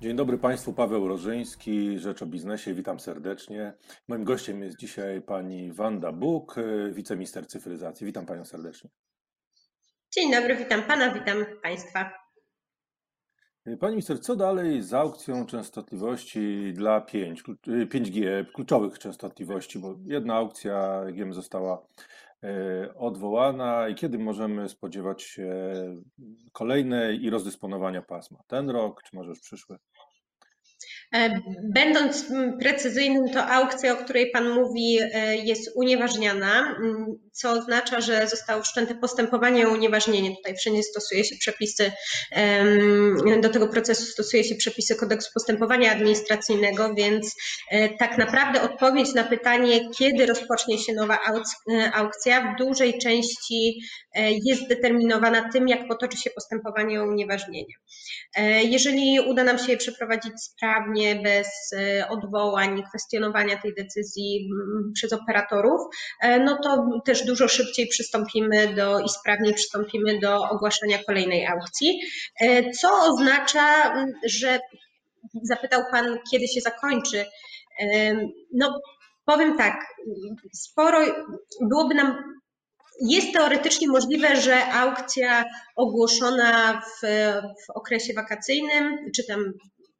Dzień dobry Państwu, Paweł Rożyński, Rzecz o Biznesie, witam serdecznie. Moim gościem jest dzisiaj pani Wanda Buk, wiceminister cyfryzacji. Witam Panią serdecznie. Dzień dobry, witam Pana, witam Państwa. Pani minister, co dalej z aukcją częstotliwości dla 5G, kluczowych częstotliwości, bo jedna aukcja, jak wiemy, została odwołana i kiedy możemy spodziewać się kolejnej i rozdysponowania pasma? Ten rok, czy może już przyszły? Będąc precyzyjnym, to aukcja, o której Pan mówi, jest unieważniana, co oznacza, że zostało wszczęte postępowanie o unieważnienie. Tutaj wszędzie stosuje się przepisy, do tego procesu stosuje się przepisy Kodeksu Postępowania Administracyjnego, więc tak naprawdę odpowiedź na pytanie, kiedy rozpocznie się nowa aukcja, w dużej części jest determinowana tym, jak potoczy się postępowanie o unieważnienie. Jeżeli uda nam się je przeprowadzić sprawnie, bez odwołań, kwestionowania tej decyzji przez operatorów, no to też dużo szybciej i sprawniej przystąpimy do ogłaszania kolejnej aukcji, co oznacza, że zapytał Pan, kiedy się zakończy. No powiem tak, jest teoretycznie możliwe, że aukcja ogłoszona w okresie wakacyjnym, czy tam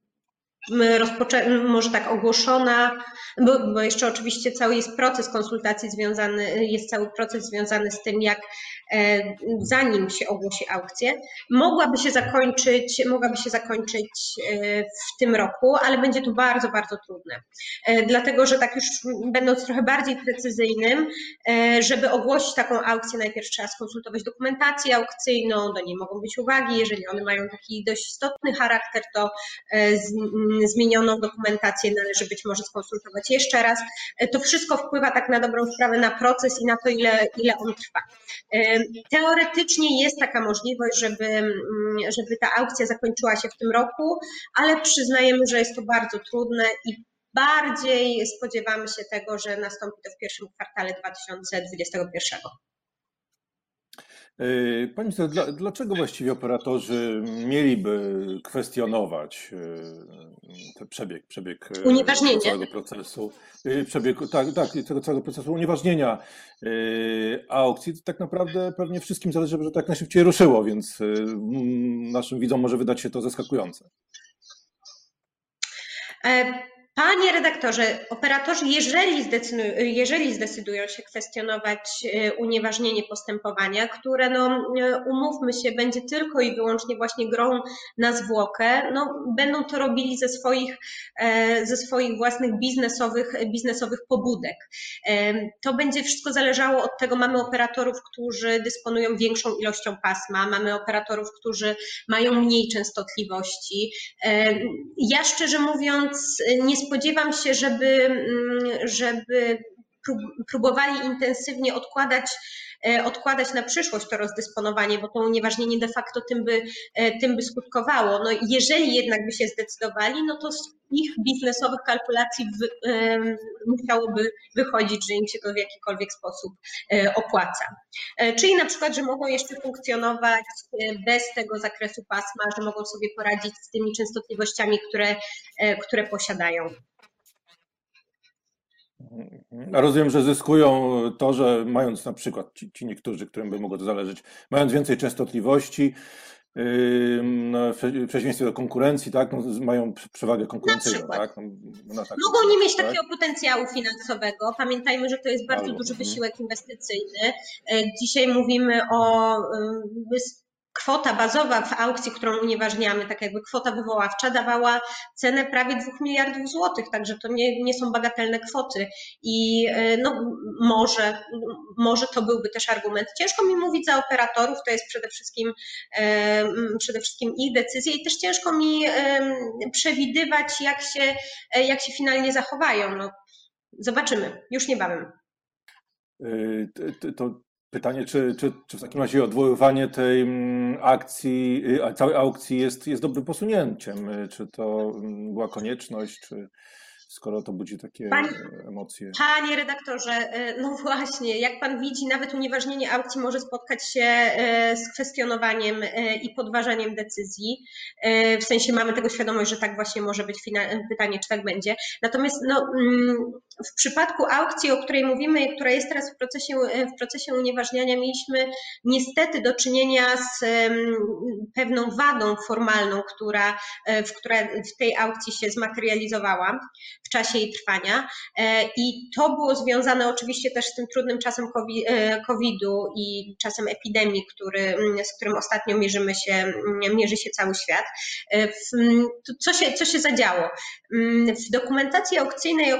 może tak ogłoszona, bo jeszcze oczywiście cały jest proces konsultacji jest cały proces związany z tym, jak zanim się ogłosi aukcję, mogłaby się zakończyć w tym roku, ale będzie to bardzo, bardzo trudne. Dlatego, że tak już będąc trochę bardziej precyzyjnym, żeby ogłosić taką aukcję, najpierw trzeba skonsultować dokumentację aukcyjną, do niej mogą być uwagi, jeżeli one mają taki dość istotny charakter, to zmienioną dokumentację należy być może skonsultować jeszcze raz. To wszystko wpływa tak na dobrą sprawę na proces i na to, ile on trwa. Teoretycznie jest taka możliwość, żeby ta aukcja zakończyła się w tym roku, ale przyznajemy, że jest to bardzo trudne i bardziej spodziewamy się tego, że nastąpi to w pierwszym kwartale 2021. Pani minister, dlaczego właściwie operatorzy mieliby kwestionować przebieg tego całego procesu, tego całego procesu unieważnienia aukcji? Tak naprawdę pewnie wszystkim zależy, żeby to tak najszybciej ruszyło, więc naszym widzom może wydać się to zaskakujące. Panie redaktorze, operatorzy, jeżeli zdecydują się kwestionować unieważnienie postępowania, które, no, umówmy się, będzie tylko i wyłącznie właśnie grą na zwłokę, no, będą to robili ze swoich własnych biznesowych pobudek. To będzie wszystko zależało od tego, mamy operatorów, którzy dysponują większą ilością pasma, mamy operatorów, którzy mają mniej częstotliwości. Ja szczerze mówiąc nie spodziewam się, żeby próbowali intensywnie odkładać na przyszłość to rozdysponowanie, bo to unieważnienie de facto tym by skutkowało. No, jeżeli jednak by się zdecydowali, no to z ich biznesowych kalkulacji musiałoby wychodzić, że im się to w jakikolwiek sposób opłaca. Czyli na przykład, że mogą jeszcze funkcjonować bez tego zakresu pasma, że mogą sobie poradzić z tymi częstotliwościami, które posiadają. A rozumiem, że zyskują to, że mając na przykład ci niektórzy, którym by mogło to zależeć, mając więcej częstotliwości, w przeciwieństwie do konkurencji, tak, no, mają przewagę konkurencyjną. Tak? Mogą nie mieć takiego potencjału finansowego. Pamiętajmy, że to jest bardzo duży wysiłek inwestycyjny. Dzisiaj mówimy o kwota bazowa w aukcji, którą unieważniamy, tak jakby kwota wywoławcza, dawała cenę prawie 2 miliardów złotych, także to nie są bagatelne kwoty i no, może to byłby też argument. Ciężko mi mówić za operatorów, to jest przede wszystkim ich decyzja i też ciężko mi przewidywać, jak się finalnie zachowają. No, zobaczymy, już niebawem. Pytanie, czy w takim razie odwoływanie tej akcji, całej aukcji jest dobrym posunięciem? Czy to była konieczność, czy skoro to budzi takie Panie, emocje? Panie redaktorze, no właśnie, jak pan widzi, nawet unieważnienie aukcji może spotkać się z kwestionowaniem i podważaniem decyzji. W sensie mamy tego świadomość, że tak właśnie może być pytanie, czy tak będzie. Natomiast no, w przypadku aukcji, o której mówimy, która jest teraz w procesie unieważniania, mieliśmy niestety do czynienia z pewną wadą formalną, która w tej aukcji się zmaterializowała w czasie jej trwania. I to było związane oczywiście też z tym trudnym czasem COVID-u i czasem epidemii, z którym ostatnio mierzy się cały świat. Co się zadziało? W dokumentacji aukcyjnej,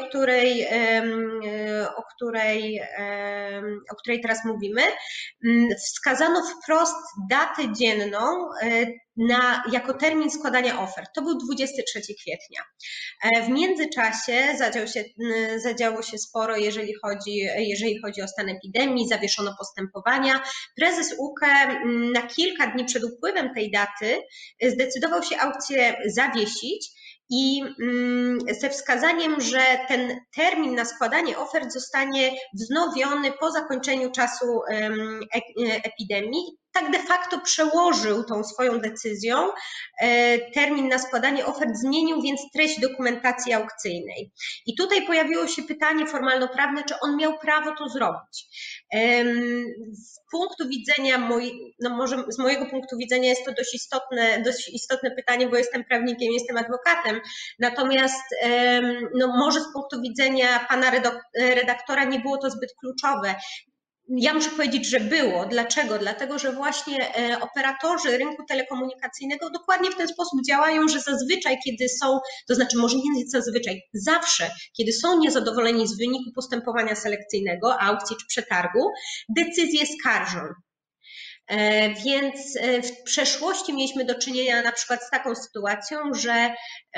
o której teraz mówimy, wskazano wprost datę dzienną jako termin składania ofert. To był 23 kwietnia. W międzyczasie zadziało się sporo, jeżeli chodzi o stan epidemii, zawieszono postępowania. Prezes UKE na kilka dni przed upływem tej daty zdecydował się aukcję zawiesić i ze wskazaniem, że ten termin na składanie ofert zostanie wznowiony po zakończeniu czasu epidemii. Tak de facto przełożył tą swoją decyzją, termin na składanie ofert zmienił więc treść dokumentacji aukcyjnej. I tutaj pojawiło się pytanie formalnoprawne, czy on miał prawo to zrobić. Z punktu widzenia może z mojego punktu widzenia jest to dość istotne pytanie, bo jestem prawnikiem, jestem adwokatem, natomiast może z punktu widzenia pana redaktora nie było to zbyt kluczowe. Ja muszę powiedzieć, że było. Dlaczego? Dlatego, że właśnie operatorzy rynku telekomunikacyjnego dokładnie w ten sposób działają, że zazwyczaj, kiedy są, to znaczy może nie zazwyczaj, zawsze, kiedy są niezadowoleni z wyniku postępowania selekcyjnego, aukcji czy przetargu, decyzje skarżą. Więc w przeszłości mieliśmy do czynienia na przykład z taką sytuacją, że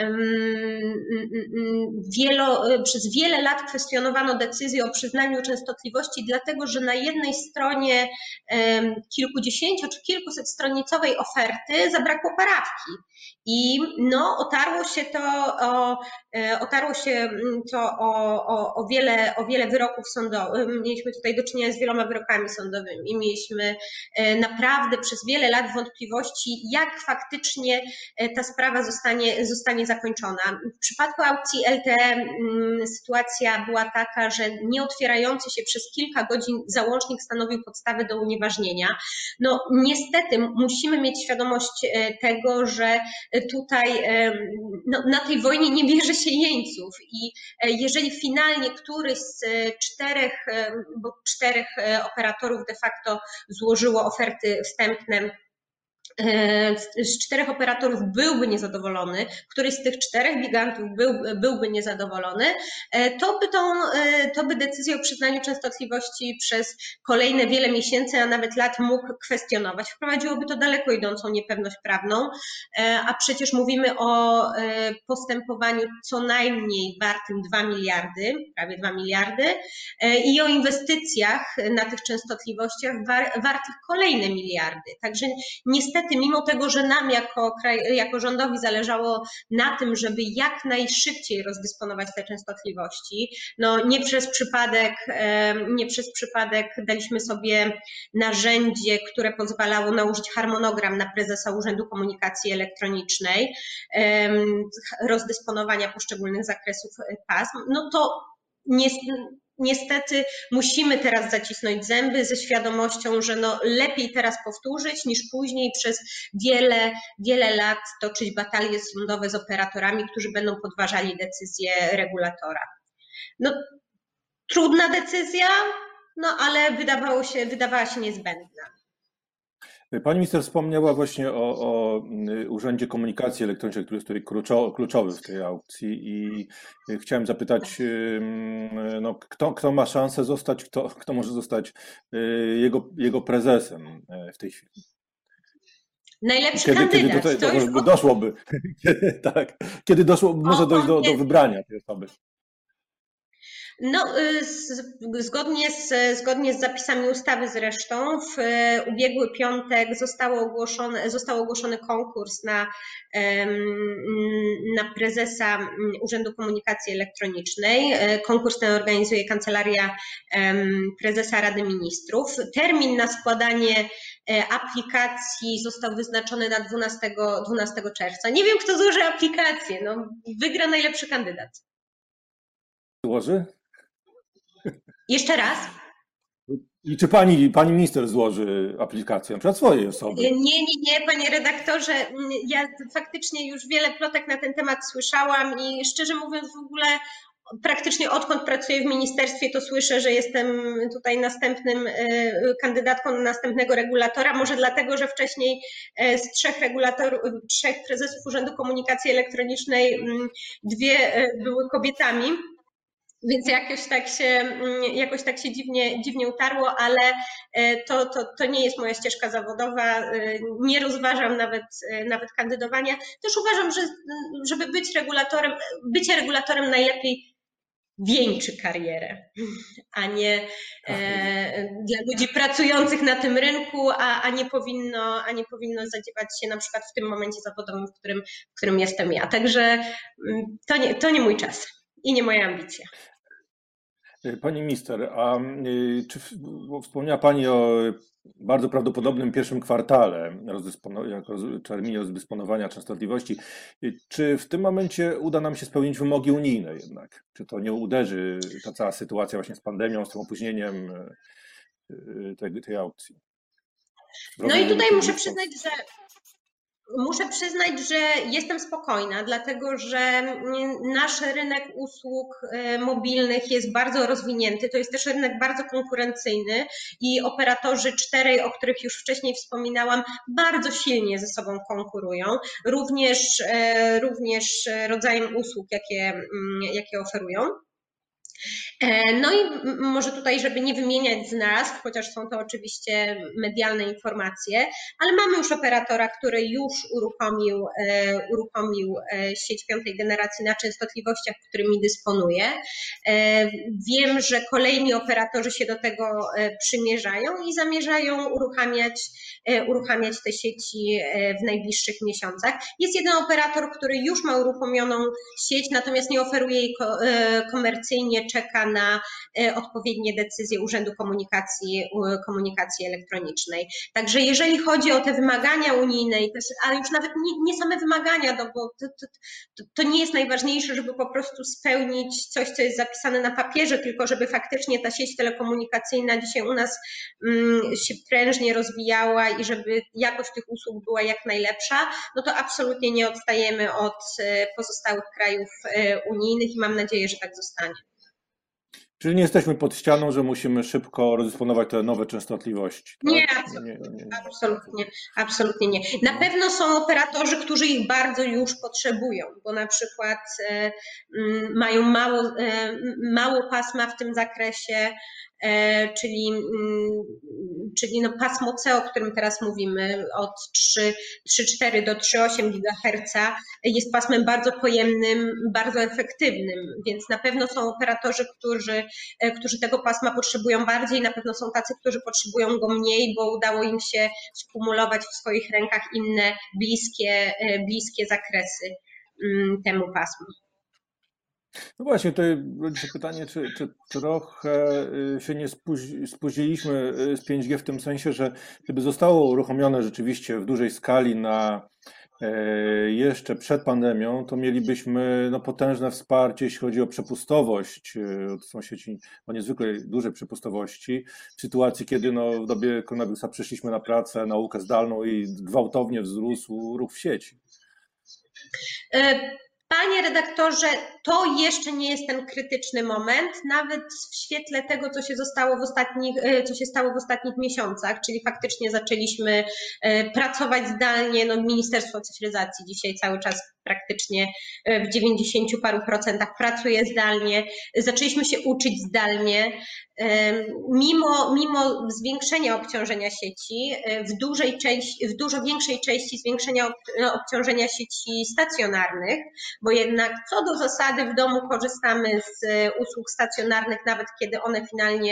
przez wiele lat kwestionowano decyzję o przyznaniu częstotliwości, dlatego że na jednej stronie kilkudziesięciu czy kilkusetstronicowej oferty zabrakło parafki. I otarło się to o wiele wyroków sądowych. Mieliśmy tutaj do czynienia z wieloma wyrokami sądowymi. Mieliśmy naprawdę przez wiele lat wątpliwości, jak faktycznie ta sprawa zostanie zakończona. W przypadku aukcji LTE sytuacja była taka, że nieotwierający się przez kilka godzin załącznik stanowił podstawę do unieważnienia. No niestety musimy mieć świadomość tego, że tutaj na tej wojnie nie bierze się jeńców i jeżeli finalnie któryś z czterech operatorów de facto złożyło oferty wstępne, z 4 operatorów byłby niezadowolony, któryś z tych 4 gigantów byłby niezadowolony, to by decyzję o przyznaniu częstotliwości przez kolejne wiele miesięcy, a nawet lat mógł kwestionować. Wprowadziłoby to daleko idącą niepewność prawną, a przecież mówimy o postępowaniu co najmniej wartym 2 miliardy, prawie 2 miliardy i o inwestycjach na tych częstotliwościach wartych kolejne miliardy. Także niestety, mimo tego, że nam jako rządowi zależało na tym, żeby jak najszybciej rozdysponować te częstotliwości, no nie przez przypadek daliśmy sobie narzędzie, które pozwalało nałożyć harmonogram na prezesa Urzędu Komunikacji Elektronicznej, rozdysponowania poszczególnych zakresów pasm, no to niestety musimy teraz zacisnąć zęby ze świadomością, że no lepiej teraz powtórzyć niż później przez wiele lat toczyć batalie sądowe z operatorami, którzy będą podważali decyzję regulatora. No, trudna decyzja, no ale wydawała się niezbędna. Pani minister wspomniała właśnie o Urzędzie Komunikacji Elektronicznej, który jest tutaj kluczowy w tej aukcji i chciałem zapytać, no, kto ma szansę zostać, kto może zostać jego prezesem w tej chwili? Najlepszy kandydat. Kiedy doszłoby, tak, kiedy może dojść do wybrania tej osoby? No, zgodnie z zapisami ustawy zresztą w ubiegły piątek został ogłoszony konkurs na prezesa Urzędu Komunikacji Elektronicznej. Konkurs ten organizuje Kancelaria Prezesa Rady Ministrów. Termin na składanie aplikacji został wyznaczony na 12 czerwca. Nie wiem, kto złoży aplikację. No, wygra najlepszy kandydat. Złoży? Jeszcze raz? I czy pani minister złoży aplikację, na przykład swojej osoby? Nie, panie redaktorze. Ja faktycznie już wiele plotek na ten temat słyszałam i szczerze mówiąc w ogóle praktycznie odkąd pracuję w ministerstwie, to słyszę, że jestem tutaj następnym kandydatką na następnego regulatora. Może dlatego, że wcześniej z trzech prezesów Urzędu Komunikacji Elektronicznej 2 były kobietami. Więc jakoś tak się dziwnie utarło, ale to nie jest moja ścieżka zawodowa. Nie rozważam nawet kandydowania. Też uważam, że żeby bycie regulatorem najlepiej wieńczy karierę, a nie dla ludzi pracujących na tym rynku, a nie powinno zadziewać się na przykład w tym momencie zawodowym, w którym jestem ja. Także to nie mój czas i nie moja ambicja. Pani minister, a bo wspomniała Pani o bardzo prawdopodobnym pierwszym kwartale jako terminie rozdysponowania częstotliwości. Czy w tym momencie uda nam się spełnić wymogi unijne jednak? Czy to nie uderzy ta cała sytuacja właśnie z pandemią, z tym opóźnieniem tej aukcji? No i tutaj muszę przyznać, że jestem spokojna, dlatego że nasz rynek usług mobilnych jest bardzo rozwinięty. To jest też rynek bardzo konkurencyjny i operatorzy 4, o których już wcześniej wspominałam, bardzo silnie ze sobą konkurują, również rodzajem usług, jakie oferują. No i może tutaj, żeby nie wymieniać z nazw, chociaż są to oczywiście medialne informacje, ale mamy już operatora, który już uruchomił sieć 5. generacji na częstotliwościach, którymi dysponuje. Wiem, że kolejni operatorzy się do tego przymierzają i zamierzają uruchamiać te sieci w najbliższych miesiącach. Jest jeden operator, który już ma uruchomioną sieć, natomiast nie oferuje jej komercyjnie, czeka na odpowiednie decyzje Urzędu Komunikacji Elektronicznej. Także jeżeli chodzi o te wymagania unijne, ale już nawet nie same wymagania, no bo to nie jest najważniejsze, żeby po prostu spełnić coś, co jest zapisane na papierze, tylko żeby faktycznie ta sieć telekomunikacyjna dzisiaj u nas się prężnie rozwijała i żeby jakość tych usług była jak najlepsza, no to absolutnie nie odstajemy od pozostałych krajów unijnych i mam nadzieję, że tak zostanie. Czyli nie jesteśmy pod ścianą, że musimy szybko rozdysponować te nowe częstotliwości? Tak? Nie, absolutnie nie. Na pewno są operatorzy, którzy ich bardzo już potrzebują, bo na przykład mają mało pasma w tym zakresie, czyli no pasmo C, o którym teraz mówimy, od 3,4 do 3,8 GHz jest pasmem bardzo pojemnym, bardzo efektywnym, więc na pewno są operatorzy, którzy tego pasma potrzebują bardziej, na pewno są tacy, którzy potrzebują go mniej, bo udało im się skumulować w swoich rękach inne bliskie zakresy temu pasmu. No właśnie, tutaj rodzi się pytanie, czy trochę się nie spóźniliśmy z 5G w tym sensie, że gdyby zostało uruchomione rzeczywiście w dużej skali jeszcze przed pandemią, to mielibyśmy potężne wsparcie, jeśli chodzi o przepustowość. To są sieci o niezwykle dużej przepustowości. W sytuacji, kiedy w dobie koronawirusa przeszliśmy na pracę, naukę zdalną i gwałtownie wzrósł ruch w sieci. Panie redaktorze, to jeszcze nie jest ten krytyczny moment, nawet w świetle tego, co się stało w ostatnich miesiącach, czyli faktycznie zaczęliśmy pracować zdalnie. No, Ministerstwo Cyfryzacji dzisiaj cały czas praktycznie w 90 paru procentach pracuje zdalnie. Zaczęliśmy się uczyć zdalnie. Mimo zwiększenia obciążenia sieci, w dużo większej części zwiększenia obciążenia sieci stacjonarnych, bo jednak co do zasady w domu korzystamy z usług stacjonarnych, nawet kiedy one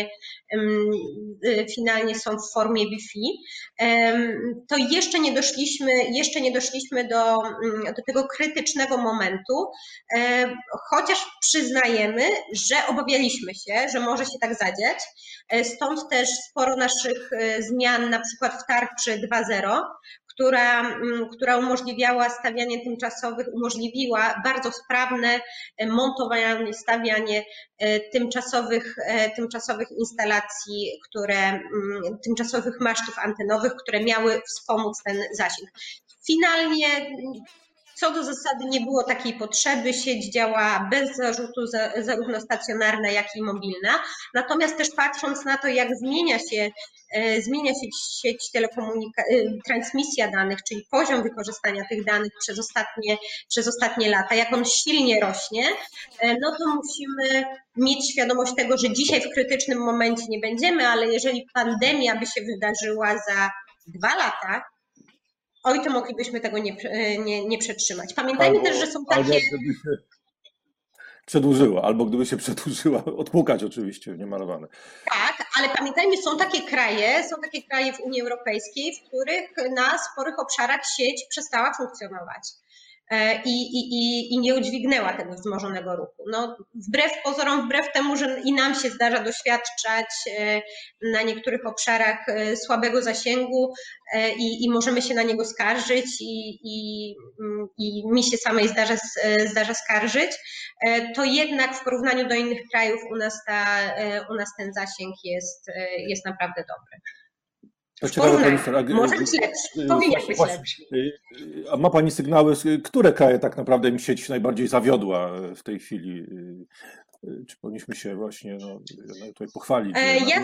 finalnie są w formie Wi-Fi, to jeszcze nie doszliśmy do tego kryzysu krytycznego momentu, chociaż przyznajemy, że obawialiśmy się, że może się tak zadziać. Stąd też sporo naszych zmian, na przykład w tarczy 2.0, która umożliwiała stawianie tymczasowych, umożliwiła bardzo sprawne montowanie, stawianie tymczasowych instalacji, tymczasowych masztów antenowych, które miały wspomóc ten zasięg. Finalnie co do zasady nie było takiej potrzeby, sieć działa bez zarzutu, zarówno stacjonarna, jak i mobilna. Natomiast też patrząc na to, jak zmienia się sieć transmisja danych, czyli poziom wykorzystania tych danych przez ostatnie lata, jak on silnie rośnie, no to musimy mieć świadomość tego, że dzisiaj w krytycznym momencie nie będziemy, ale jeżeli pandemia by się wydarzyła za 2 lata, oj, to moglibyśmy tego nie przetrzymać. Pamiętajmy też, że są takie... Albo gdyby się przedłużyła, odpukać oczywiście, niemalowane. Tak, ale pamiętajmy, są takie kraje w Unii Europejskiej, w których na sporych obszarach sieć przestała funkcjonować. I nie udźwignęła tego wzmożonego ruchu. No, wbrew pozorom, wbrew temu, że i nam się zdarza doświadczać na niektórych obszarach słabego zasięgu i możemy się na niego skarżyć i mi się samej zdarza skarżyć, to jednak w porównaniu do innych krajów u nas ten zasięg jest naprawdę dobry. Może być lepszy, powinien być lepszy. A ma Pani sygnały, które kraje tak naprawdę im sieć najbardziej zawiodła w tej chwili? Czy powinniśmy się właśnie tutaj pochwalić?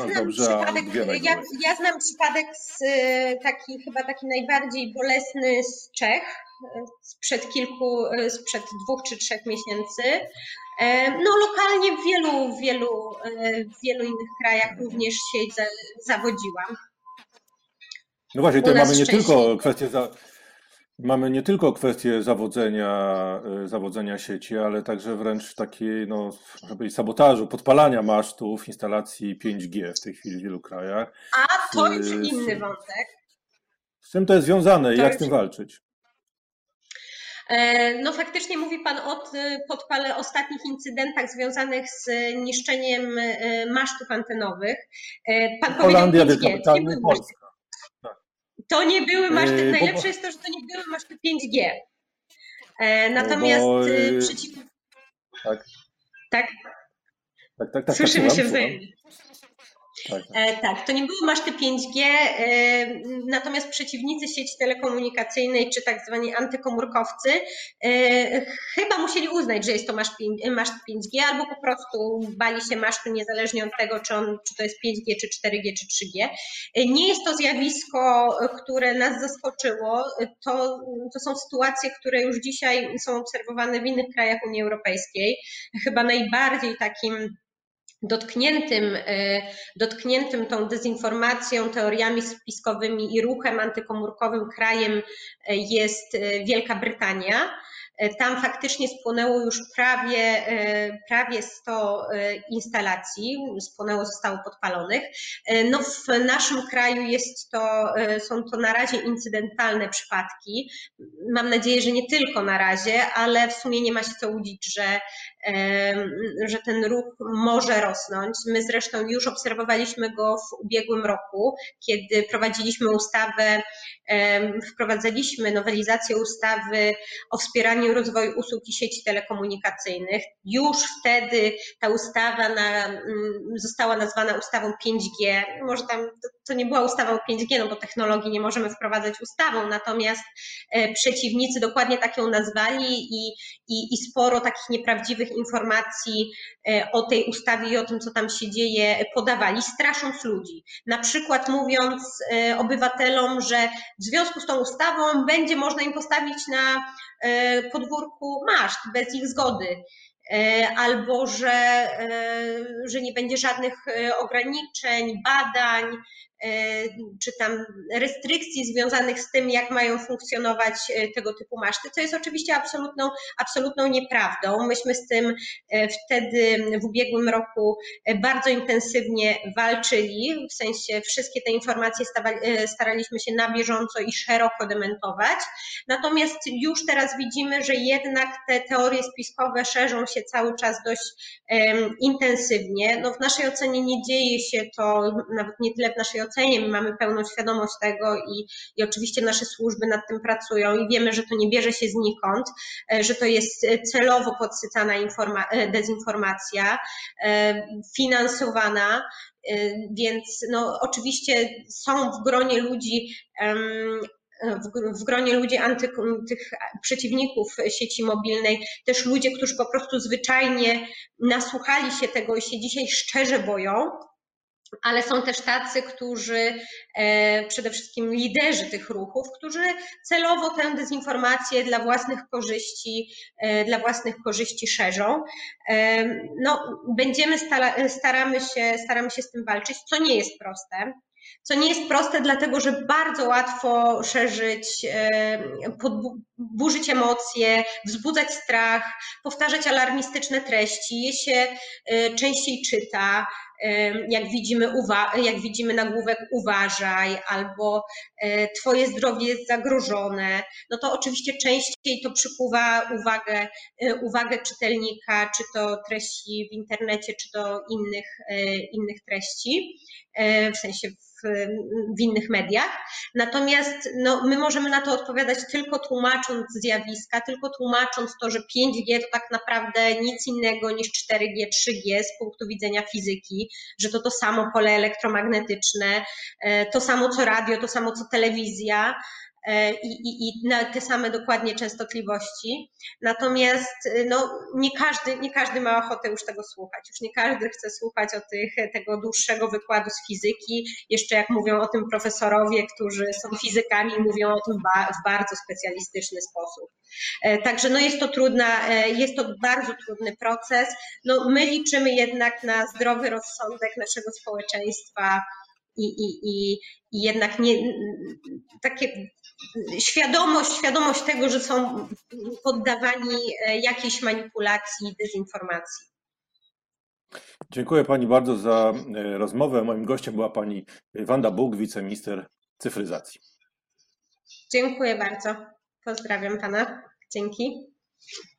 Ja znam przypadek chyba taki najbardziej bolesny z Czech sprzed 2 czy 3 miesięcy. No lokalnie w wielu innych krajach również sieć zawodziła. No właśnie, tutaj mamy nie tylko kwestię zawodzenia sieci, ale także wręcz takiej, można powiedzieć, sabotażu, podpalania masztów, instalacji 5G w tej chwili w wielu krajach. A to już inny wątek. Z czym to jest związane i jak z tym walczyć? No faktycznie mówi Pan o ostatnich incydentach związanych z niszczeniem masztów antenowych. Pan Holandia, powiedział 5G. Wielka Brytania, Polska. To nie były maszty, najlepsze jest to, że to nie były maszty 5G. Natomiast Tak. Tak. Słyszymy się wzajemnie. Tak, to nie były maszty 5G, natomiast przeciwnicy sieci telekomunikacyjnej, czy tak zwani antykomórkowcy, chyba musieli uznać, że jest to maszt 5G, albo po prostu bali się masztu niezależnie od tego, czy to jest 5G, czy 4G, czy 3G. Nie jest to zjawisko, które nas zaskoczyło. To są sytuacje, które już dzisiaj są obserwowane w innych krajach Unii Europejskiej. Chyba najbardziej takim dotkniętym tą dezinformacją, teoriami spiskowymi i ruchem antykomórkowym krajem jest Wielka Brytania. Tam faktycznie spłonęło już prawie 100 instalacji, zostało podpalonych. No w naszym kraju są to na razie incydentalne przypadki. Mam nadzieję, że nie tylko na razie, ale w sumie nie ma się co łudzić, że ten ruch może rosnąć. My zresztą już obserwowaliśmy go w ubiegłym roku, kiedy wprowadzaliśmy nowelizację ustawy o wspieraniu rozwoju usług i sieci telekomunikacyjnych. Już wtedy ta ustawa została nazwana ustawą 5G. Może to nie była ustawa o 5G, bo technologii nie możemy wprowadzać ustawą, natomiast przeciwnicy dokładnie tak ją nazwali i sporo takich nieprawdziwych informacji o tej ustawie i o tym, co tam się dzieje, podawali, strasząc ludzi. Na przykład mówiąc obywatelom, że w związku z tą ustawą będzie można im postawić na podwórku maszt bez ich zgody. albo że nie będzie żadnych ograniczeń, badań, czy tam restrykcji związanych z tym, jak mają funkcjonować tego typu maszty, co jest oczywiście absolutną nieprawdą. Myśmy z tym wtedy w ubiegłym roku bardzo intensywnie walczyli, w sensie wszystkie te informacje staraliśmy się na bieżąco i szeroko dementować, natomiast już teraz widzimy, że jednak te teorie spiskowe szerzą się cały czas dość intensywnie. No w naszej ocenie nie dzieje się to, nawet nie tyle w naszej ocenie, my mamy pełną świadomość tego i oczywiście nasze służby nad tym pracują i wiemy, że to nie bierze się znikąd, że to jest celowo podsycana dezinformacja, finansowana, więc no oczywiście są w gronie ludzi tych przeciwników sieci mobilnej też ludzie, którzy po prostu zwyczajnie nasłuchali się tego i się dzisiaj szczerze boją, ale są też tacy, którzy, przede wszystkim liderzy tych ruchów, którzy celowo tę dezinformację dla własnych korzyści szerzą. No, staramy się z tym walczyć, co nie jest proste. Co nie jest proste, dlatego że bardzo łatwo szerzyć, burzyć emocje, wzbudzać strach, powtarzać alarmistyczne treści, je się częściej czyta, jak widzimy nagłówek uważaj albo twoje zdrowie jest zagrożone, no to oczywiście częściej to przykuwa uwagę czytelnika, czy to treści w internecie, czy to innych treści, w sensie w innych mediach. Natomiast no, my możemy na to odpowiadać tylko tłumacząc zjawiska, tylko tłumacząc to, że 5G to tak naprawdę nic innego niż 4G, 3G z punktu widzenia fizyki, że to samo pole elektromagnetyczne, to samo co radio, to samo co telewizja i na te same dokładnie częstotliwości. Natomiast no, nie każdy ma ochotę już tego słuchać. Już nie każdy chce słuchać tego dłuższego wykładu z fizyki. Jeszcze jak mówią o tym profesorowie, którzy są fizykami, mówią o tym w bardzo specjalistyczny sposób. Także no jest to bardzo trudny proces. No, my liczymy jednak na zdrowy rozsądek naszego społeczeństwa i jednak takie świadomość tego, że są poddawani jakiejś manipulacji i dezinformacji. Dziękuję Pani bardzo za rozmowę. Moim gościem była Pani Wanda Buk, wiceminister cyfryzacji. Dziękuję bardzo. Pozdrawiam Pana. Dzięki.